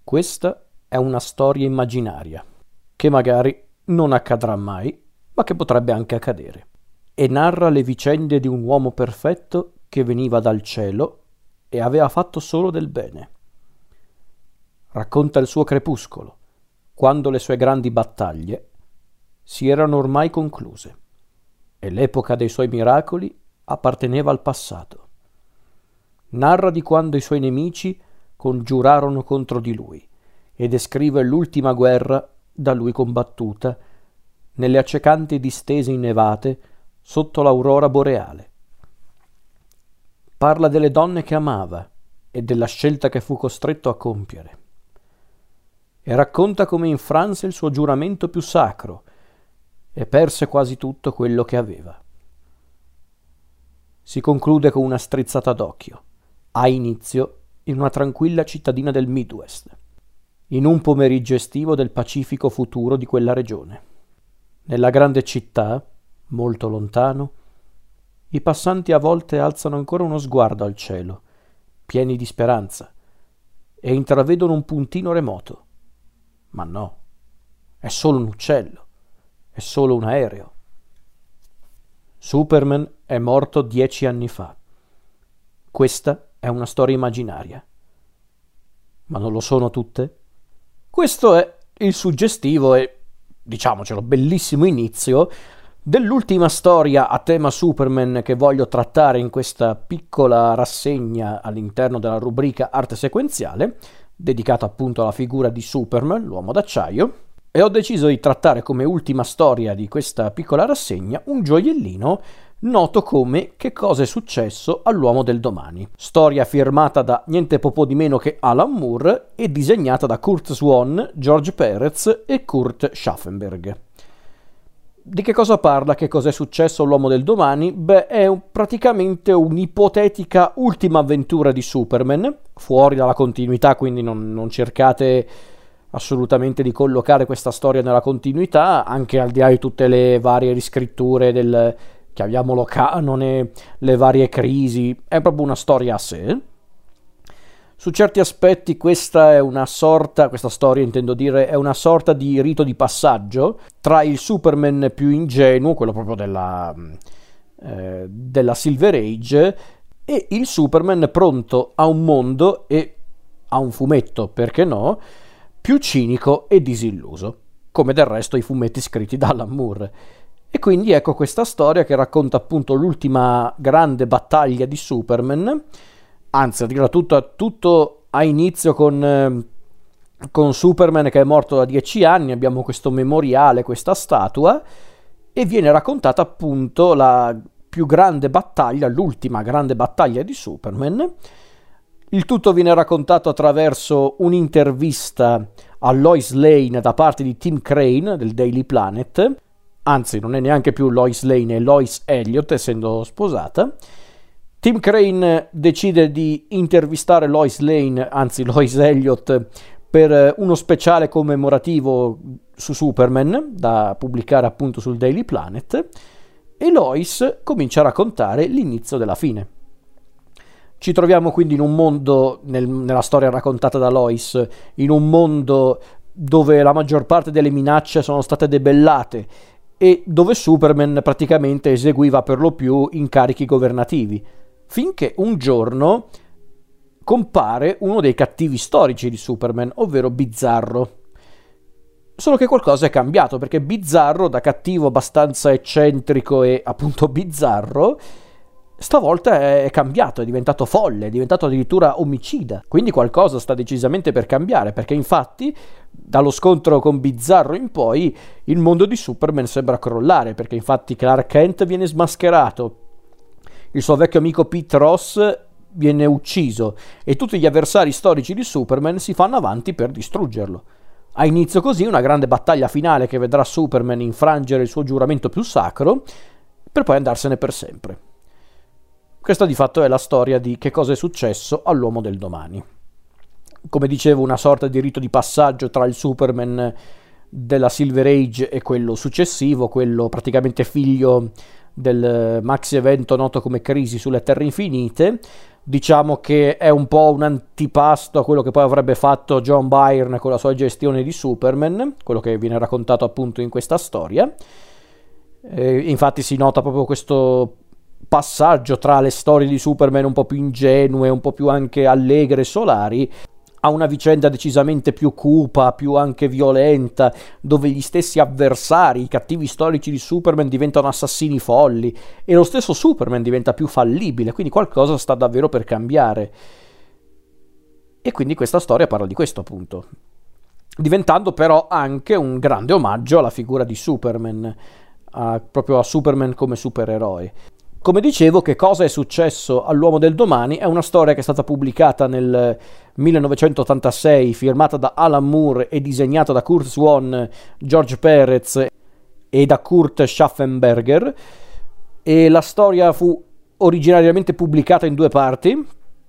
Questa è una storia immaginaria, che magari non accadrà mai, ma che potrebbe anche accadere, e narra le vicende di un uomo perfetto che veniva dal cielo e aveva fatto solo del bene. Racconta il suo crepuscolo, quando le sue grandi battaglie si erano ormai concluse e l'epoca dei suoi miracoli apparteneva al passato. Narra di quando i suoi nemici congiurarono contro di lui e descrive l'ultima guerra da lui combattuta nelle accecanti distese innevate sotto l'aurora boreale. Parla delle donne che amava e della scelta che fu costretto a compiere. E racconta come infranse il suo giuramento più sacro e perse quasi tutto quello che aveva. Si conclude con una strizzata d'occhio. Ha inizio in una tranquilla cittadina del Midwest, in un pomeriggio estivo del Pacifico futuro di quella regione. Nella grande città, molto lontano, i passanti a volte alzano ancora uno sguardo al cielo, pieni di speranza, e intravedono un puntino remoto. Ma no, è solo un uccello, è solo un aereo. Superman è morto 10 anni fa. Questa è una storia immaginaria. Ma non lo sono tutte? Questo è il suggestivo e, diciamocelo, bellissimo inizio dell'ultima storia a tema Superman che voglio trattare in questa piccola rassegna all'interno della rubrica Arte Sequenziale, dedicata appunto alla figura di Superman, l'uomo d'acciaio, e ho deciso di trattare come ultima storia di questa piccola rassegna un gioiellino noto come Che cosa è successo all'uomo del domani, storia firmata da niente po' di meno che Alan Moore e disegnata da Curt Swan, George Perez e Kurt Schaffenberg. Di che cosa parla Che cosa è successo all'uomo del domani? Beh, è praticamente un'ipotetica ultima avventura di Superman, fuori dalla continuità, quindi non cercate assolutamente di collocare questa storia nella continuità, anche al di là di tutte le varie riscritture del, chiamiamolo canone, le varie crisi, è proprio una storia a sé. Su certi aspetti questa storia intendo dire, è una sorta di rito di passaggio tra il Superman più ingenuo, quello proprio della Silver Age, e il Superman pronto a un mondo e a un fumetto, perché no, più cinico e disilluso, come del resto i fumetti scritti da Alan Moore. E quindi ecco questa storia che racconta appunto l'ultima grande battaglia di Superman, anzi a dirla tutto ha inizio con Superman che è morto da 10 anni, abbiamo questo memoriale, questa statua, e viene raccontata appunto la più grande battaglia, l'ultima grande battaglia di Superman. Il tutto viene raccontato attraverso un'intervista a Lois Lane da parte di Tim Crane del Daily Planet, anzi non è neanche più Lois Lane, è Lois Elliott essendo sposata. Tim Crane decide di intervistare Lois Elliott per uno speciale commemorativo su Superman da pubblicare appunto sul Daily Planet, e Lois comincia a raccontare l'inizio della fine. Ci troviamo quindi in un mondo, nella storia raccontata da Lois, in un mondo dove la maggior parte delle minacce sono state debellate e dove Superman praticamente eseguiva per lo più incarichi governativi, finché un giorno compare uno dei cattivi storici di Superman, ovvero Bizzarro. Solo che qualcosa è cambiato, perché Bizzarro, da cattivo abbastanza eccentrico e appunto bizzarro, stavolta è cambiato, è diventato folle, è diventato addirittura omicida. Quindi qualcosa sta decisamente per cambiare, perché infatti dallo scontro con Bizzarro in poi il mondo di Superman sembra crollare, perché infatti Clark Kent viene smascherato, il suo vecchio amico Pete Ross viene ucciso e tutti gli avversari storici di Superman si fanno avanti per distruggerlo. Ha inizio così una grande battaglia finale che vedrà Superman infrangere il suo giuramento più sacro per poi andarsene per sempre. Questa di fatto è la storia di Che cosa è successo all'uomo del domani. Come dicevo, una sorta di rito di passaggio tra il Superman della Silver Age e quello successivo, quello praticamente figlio del maxi evento noto come Crisi sulle Terre Infinite. Diciamo che è un po' un antipasto a quello che poi avrebbe fatto John Byrne con la sua gestione di Superman, quello che viene raccontato appunto in questa storia. Infatti si nota proprio questo passaggio tra le storie di Superman un po' più ingenue, un po' più anche allegre e solari, a una vicenda decisamente più cupa, più anche violenta, dove gli stessi avversari, i cattivi storici di Superman diventano assassini folli e lo stesso Superman diventa più fallibile, quindi qualcosa sta davvero per cambiare. E quindi questa storia parla di questo appunto, diventando però anche un grande omaggio alla figura di Superman, proprio a Superman come supereroe. Come dicevo, Che cosa è successo all'uomo del domani è una storia che è stata pubblicata nel 1986, firmata da Alan Moore e disegnata da Curt Swan, George Perez e da Kurt Schaffenberger, e la storia fu originariamente pubblicata in 2 parti,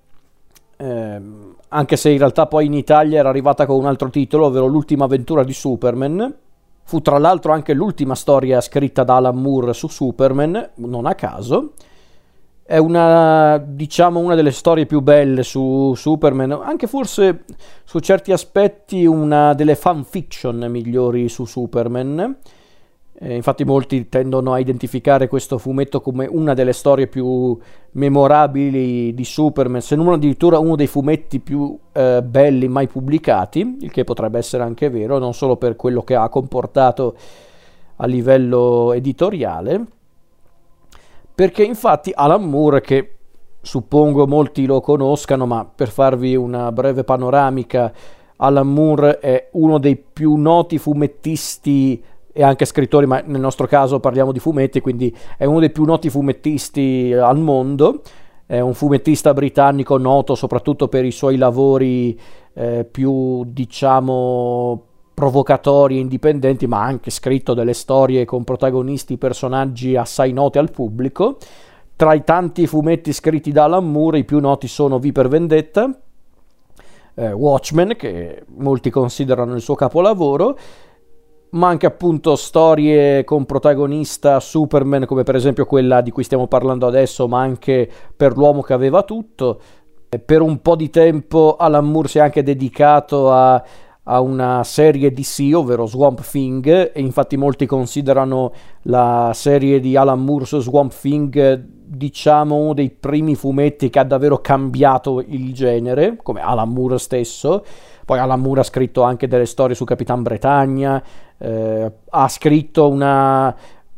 anche se in realtà poi in Italia era arrivata con un altro titolo, ovvero L'ultima avventura di Superman. Fu tra l'altro anche l'ultima storia scritta da Alan Moore su Superman, non a caso. È una delle storie più belle su Superman, anche forse su certi aspetti una delle fanfiction migliori su Superman. Infatti molti tendono a identificare questo fumetto come una delle storie più memorabili di Superman, se non addirittura uno dei fumetti più belli mai pubblicati, il che potrebbe essere anche vero, non solo per quello che ha comportato a livello editoriale, perché infatti Alan Moore, che suppongo molti lo conoscano, ma per farvi una breve panoramica, Alan Moore è uno dei più noti fumettisti e anche scrittori, ma nel nostro caso parliamo di fumetti, quindi è uno dei più noti fumettisti al mondo. È un fumettista britannico noto soprattutto per i suoi lavori più, diciamo, provocatori e indipendenti, ma ha anche scritto delle storie con protagonisti, personaggi assai noti al pubblico. Tra i tanti fumetti scritti da Alan Moore, i più noti sono V per Vendetta, Watchmen, che molti considerano il suo capolavoro, ma anche appunto storie con protagonista Superman, come per esempio quella di cui stiamo parlando adesso, ma anche Per l'uomo che aveva tutto. Per un po' di tempo Alan Moore si è anche dedicato a una serie DC, ovvero Swamp Thing, e infatti molti considerano la serie di Alan Moore su Swamp Thing, diciamo, uno dei primi fumetti che ha davvero cambiato il genere, come Alan Moore stesso. Poi Alan Moore ha scritto anche delle storie su Capitan Britannia, ha scritto una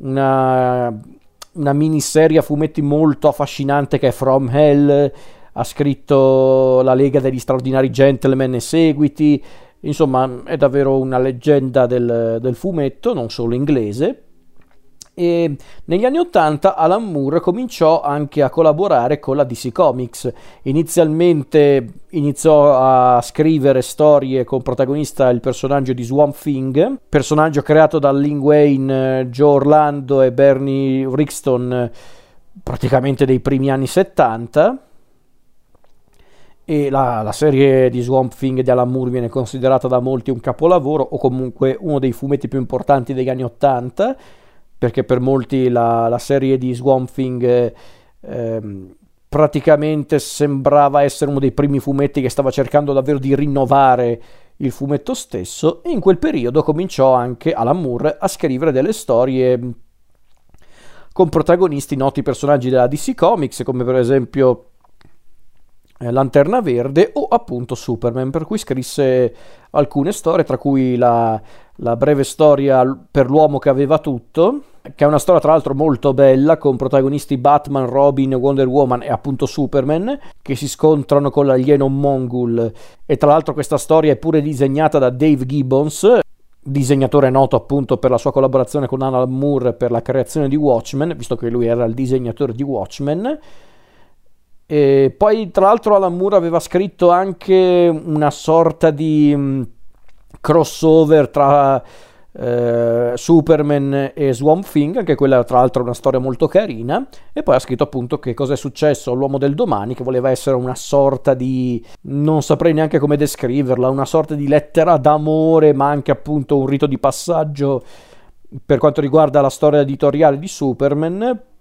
miniserie a fumetti molto affascinante che è From Hell, ha scritto La Lega degli Straordinari Gentlemen e seguiti. Insomma, è davvero una leggenda del fumetto, non solo inglese. E negli anni 80 Alan Moore cominciò anche a collaborare con la DC Comics. Inizialmente iniziò a scrivere storie con protagonista il personaggio di Swamp Thing, personaggio creato da Lin Wayne, Joe Orlando e Bernie Wrightson praticamente dei primi anni 70. E la serie di Swamp Thing di Alan Moore viene considerata da molti un capolavoro, o comunque uno dei fumetti più importanti degli anni 80, perché per molti la serie di Swamp Thing praticamente sembrava essere uno dei primi fumetti che stava cercando davvero di rinnovare il fumetto stesso, e in quel periodo cominciò anche Alan Moore a scrivere delle storie con protagonisti noti personaggi della DC Comics, come per esempio Lanterna Verde o appunto Superman, per cui scrisse alcune storie, tra cui la breve storia Per l'uomo che aveva tutto, che è una storia tra l'altro molto bella, con protagonisti Batman, Robin, Wonder Woman e appunto Superman, che si scontrano con l'alieno Mongul. E tra l'altro questa storia è pure disegnata da Dave Gibbons, disegnatore noto appunto per la sua collaborazione con Alan Moore per la creazione di Watchmen, visto che lui era il disegnatore di Watchmen. E poi tra l'altro Alan Moore aveva scritto anche una sorta di crossover tra Superman e Swamp Thing, anche quella tra l'altro è una storia molto carina. E poi ha scritto appunto Che cosa è successo all'uomo del domani, che voleva essere una sorta di, non saprei neanche come descriverla, una sorta di lettera d'amore, ma anche appunto un rito di passaggio per quanto riguarda la storia editoriale di Superman,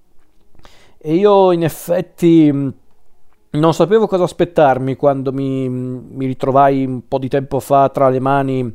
e io in effetti non sapevo cosa aspettarmi quando mi ritrovai un po' di tempo fa tra le mani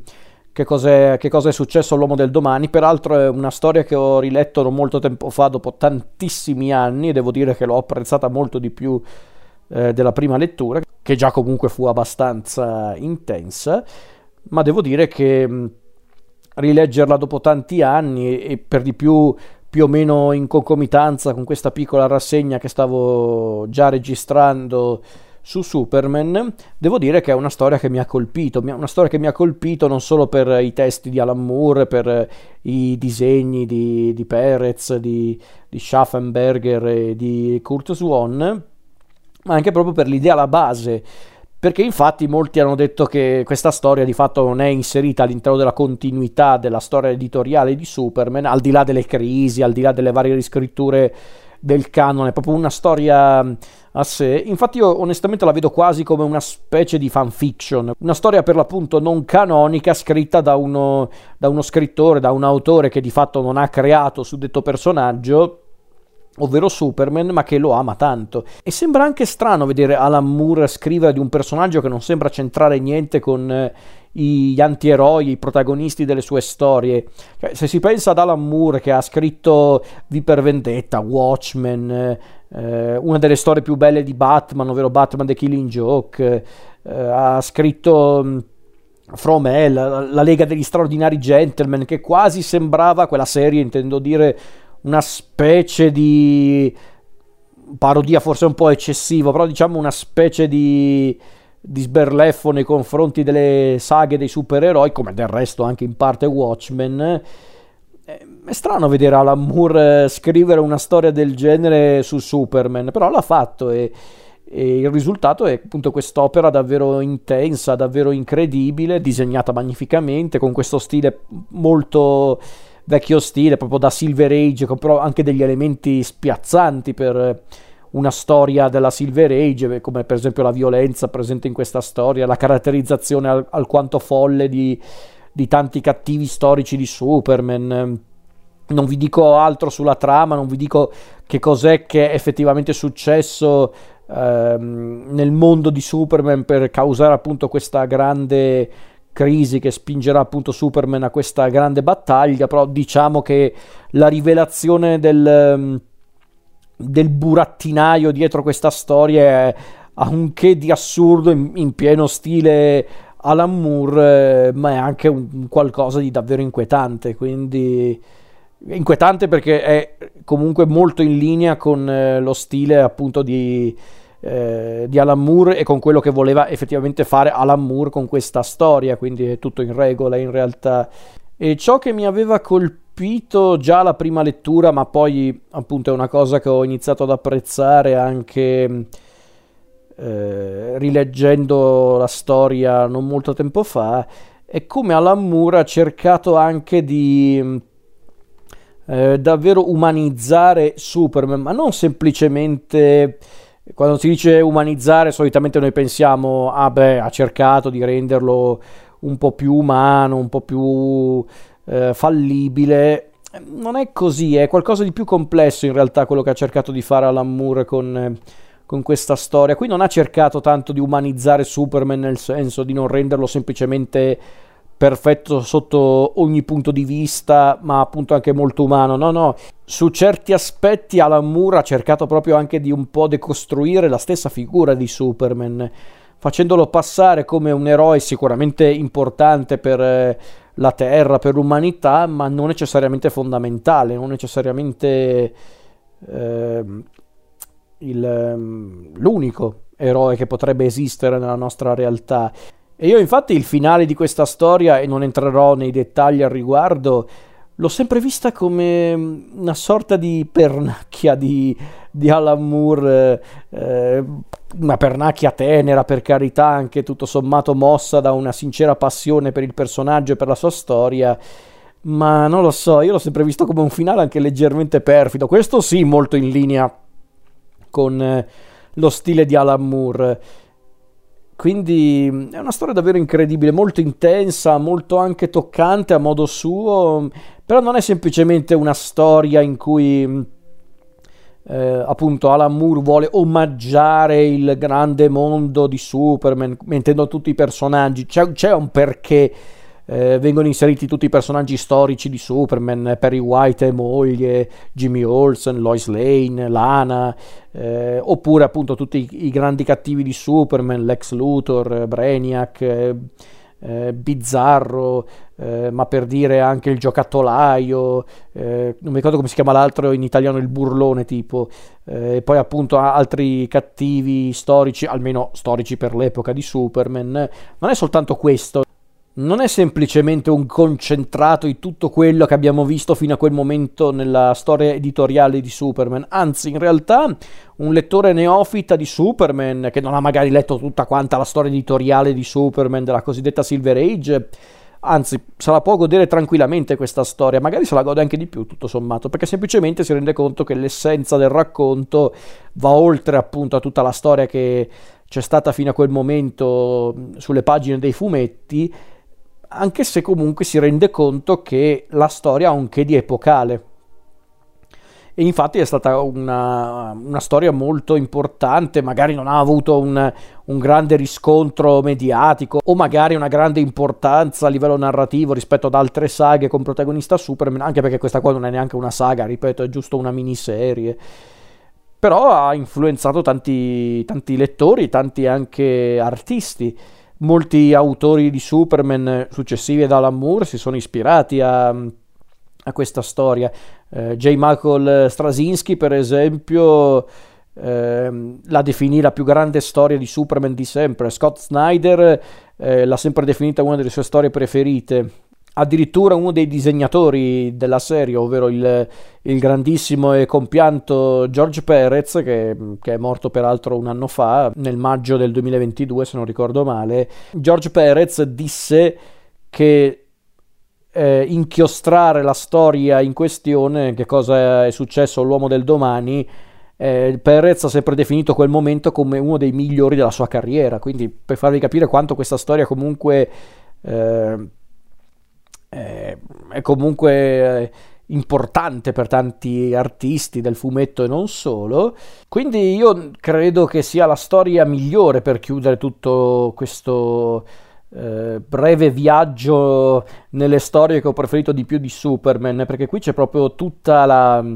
che cosa è successo all'uomo del domani. Peraltro è una storia che ho riletto non molto tempo fa, dopo tantissimi anni, e devo dire che l'ho apprezzata molto di più della prima lettura, che già comunque fu abbastanza intensa, ma devo dire che rileggerla dopo tanti anni e per di più o meno in concomitanza con questa piccola rassegna che stavo già registrando su Superman, devo dire che è una storia che mi ha colpito, una storia che mi ha colpito non solo per i testi di Alan Moore, per i disegni di Perez, di Schaffenberger e di Kurt Swan, ma anche proprio per l'idea alla base, perché infatti molti hanno detto che questa storia di fatto non è inserita all'interno della continuità della storia editoriale di Superman, al di là delle crisi, al di là delle varie riscritture del canone, è proprio una storia a sé. Infatti io onestamente la vedo quasi come una specie di fanfiction, una storia per l'appunto non canonica, scritta da uno scrittore, da un autore che di fatto non ha creato suddetto personaggio, ovvero Superman, ma che lo ama tanto. E sembra anche strano vedere Alan Moore scrivere di un personaggio che non sembra centrare niente con gli antieroi, i protagonisti delle sue storie. Se si pensa ad Alan Moore, che ha scritto V per Vendetta, Watchmen, una delle storie più belle di Batman, ovvero Batman The Killing Joke, ha scritto From Hell, la Lega degli Straordinari Gentlemen, che quasi sembrava, quella serie intendo dire, una specie di parodia, forse un po' eccessivo, però diciamo una specie di sberleffo nei confronti delle saghe dei supereroi, come del resto anche in parte Watchmen. È strano vedere Alan Moore scrivere una storia del genere su Superman, però l'ha fatto e il risultato è appunto quest'opera davvero intensa, davvero incredibile, disegnata magnificamente, con questo stile molto vecchio stile, proprio da Silver Age, con però anche degli elementi spiazzanti per una storia della Silver Age, come per esempio la violenza presente in questa storia, la caratterizzazione alquanto folle di tanti cattivi storici di Superman. Non vi dico altro sulla trama, non vi dico che cos'è che è effettivamente successo nel mondo di Superman per causare appunto questa grande crisi che spingerà appunto Superman a questa grande battaglia, però diciamo che la rivelazione del burattinaio dietro questa storia ha un che di assurdo in pieno stile Alan Moore, ma è anche un qualcosa di davvero inquietante, quindi inquietante perché è comunque molto in linea con lo stile appunto di Alan Moore e con quello che voleva effettivamente fare Alan Moore con questa storia, quindi è tutto in regola in realtà. E ciò che mi aveva colpito già la prima lettura, ma poi appunto è una cosa che ho iniziato ad apprezzare anche rileggendo la storia non molto tempo fa, è come Alan Moore ha cercato anche di davvero umanizzare Superman, ma non semplicemente. Quando si dice umanizzare, solitamente noi pensiamo, ha cercato di renderlo un po' più umano, un po' più fallibile. Non è così, è qualcosa di più complesso in realtà quello che ha cercato di fare Alan Moore con questa storia. Qui non ha cercato tanto di umanizzare Superman nel senso di non renderlo semplicemente perfetto sotto ogni punto di vista, ma appunto anche molto umano. No, su certi aspetti Alan Moore ha cercato proprio anche di un po' decostruire la stessa figura di Superman, facendolo passare come un eroe sicuramente importante per la Terra, per l'umanità, ma non necessariamente fondamentale, non necessariamente l'unico eroe che potrebbe esistere nella nostra realtà. E io infatti il finale di questa storia, e non entrerò nei dettagli al riguardo, l'ho sempre vista come una sorta di pernacchia di Alan Moore, una pernacchia tenera, per carità, anche tutto sommato mossa da una sincera passione per il personaggio e per la sua storia, ma non lo so, io l'ho sempre visto come un finale anche leggermente perfido, questo sì, molto in linea con lo stile di Alan Moore. Quindi è una storia davvero incredibile, molto intensa, molto anche toccante a modo suo, però non è semplicemente una storia in cui appunto Alan Moore vuole omaggiare il grande mondo di Superman, mettendo tutti i personaggi. C'è un perché vengono inseriti tutti i personaggi storici di Superman, Perry White e moglie, Jimmy Olsen, Lois Lane, Lana, oppure appunto tutti i grandi cattivi di Superman, Lex Luthor, Brainiac, Bizzarro, ma per dire anche il giocattolaio, non mi ricordo come si chiama l'altro in italiano, il burlone tipo, e poi appunto altri cattivi storici, almeno storici per l'epoca di Superman. Non è soltanto questo, non è semplicemente un concentrato di tutto quello che abbiamo visto fino a quel momento nella storia editoriale di Superman, anzi in realtà un lettore neofita di Superman, che non ha magari letto tutta quanta la storia editoriale di Superman della cosiddetta Silver Age, anzi se la può godere tranquillamente questa storia, magari se la gode anche di più tutto sommato, perché semplicemente si rende conto che l'essenza del racconto va oltre appunto a tutta la storia che c'è stata fino a quel momento sulle pagine dei fumetti, anche se comunque si rende conto che la storia ha un che di epocale. E infatti è stata una storia molto importante, magari non ha avuto un grande riscontro mediatico o magari una grande importanza a livello narrativo rispetto ad altre saghe con protagonista Superman, anche perché questa qua non è neanche una saga, ripeto, è giusto una miniserie. Però ha influenzato tanti lettori, tanti anche artisti. Molti autori di Superman successivi ad Alan Moore si sono ispirati a questa storia. J. Michael Straczynski, per esempio, la definì la più grande storia di Superman di sempre. Scott Snyder l'ha sempre definita una delle sue storie preferite. Addirittura uno dei disegnatori della serie, ovvero il grandissimo e compianto George Perez, che è morto peraltro un anno fa, nel maggio del 2022 se non ricordo male, George Perez disse che inchiostrare la storia in questione, che cosa è successo all'uomo del domani, Perez ha sempre definito quel momento come uno dei migliori della sua carriera, quindi per farvi capire quanto questa storia comunque è comunque importante per tanti artisti del fumetto e non solo. Quindi io credo che sia la storia migliore per chiudere tutto questo breve viaggio nelle storie che ho preferito di più di Superman, perché qui c'è proprio tutta la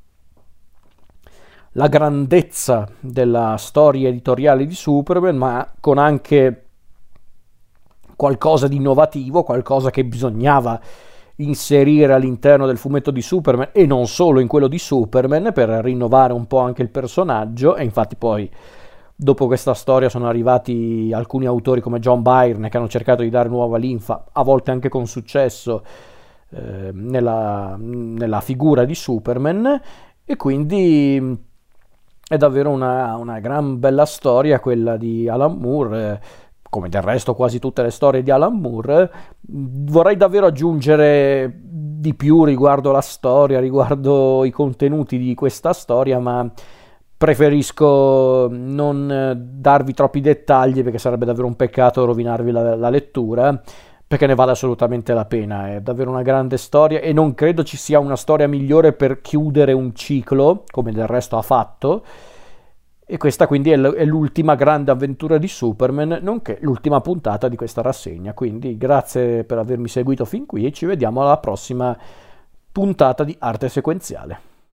grandezza della storia editoriale di Superman, ma con anche qualcosa di innovativo, qualcosa che bisognava inserire all'interno del fumetto di Superman e non solo in quello di Superman, per rinnovare un po' anche il personaggio. E infatti poi dopo questa storia sono arrivati alcuni autori come John Byrne che hanno cercato di dare nuova linfa, a volte anche con successo, nella figura di Superman, e quindi è davvero una gran bella storia quella di Alan Moore, come del resto quasi tutte le storie di Alan Moore. Vorrei davvero aggiungere di più riguardo la storia, riguardo i contenuti di questa storia, ma preferisco non darvi troppi dettagli, perché sarebbe davvero un peccato rovinarvi la lettura, perché ne vale assolutamente la pena. È davvero una grande storia e non credo ci sia una storia migliore per chiudere un ciclo, come del resto ha fatto. E questa quindi è l'ultima grande avventura di Superman, nonché l'ultima puntata di questa rassegna. Quindi grazie per avermi seguito fin qui e ci vediamo alla prossima puntata di Arte Sequenziale.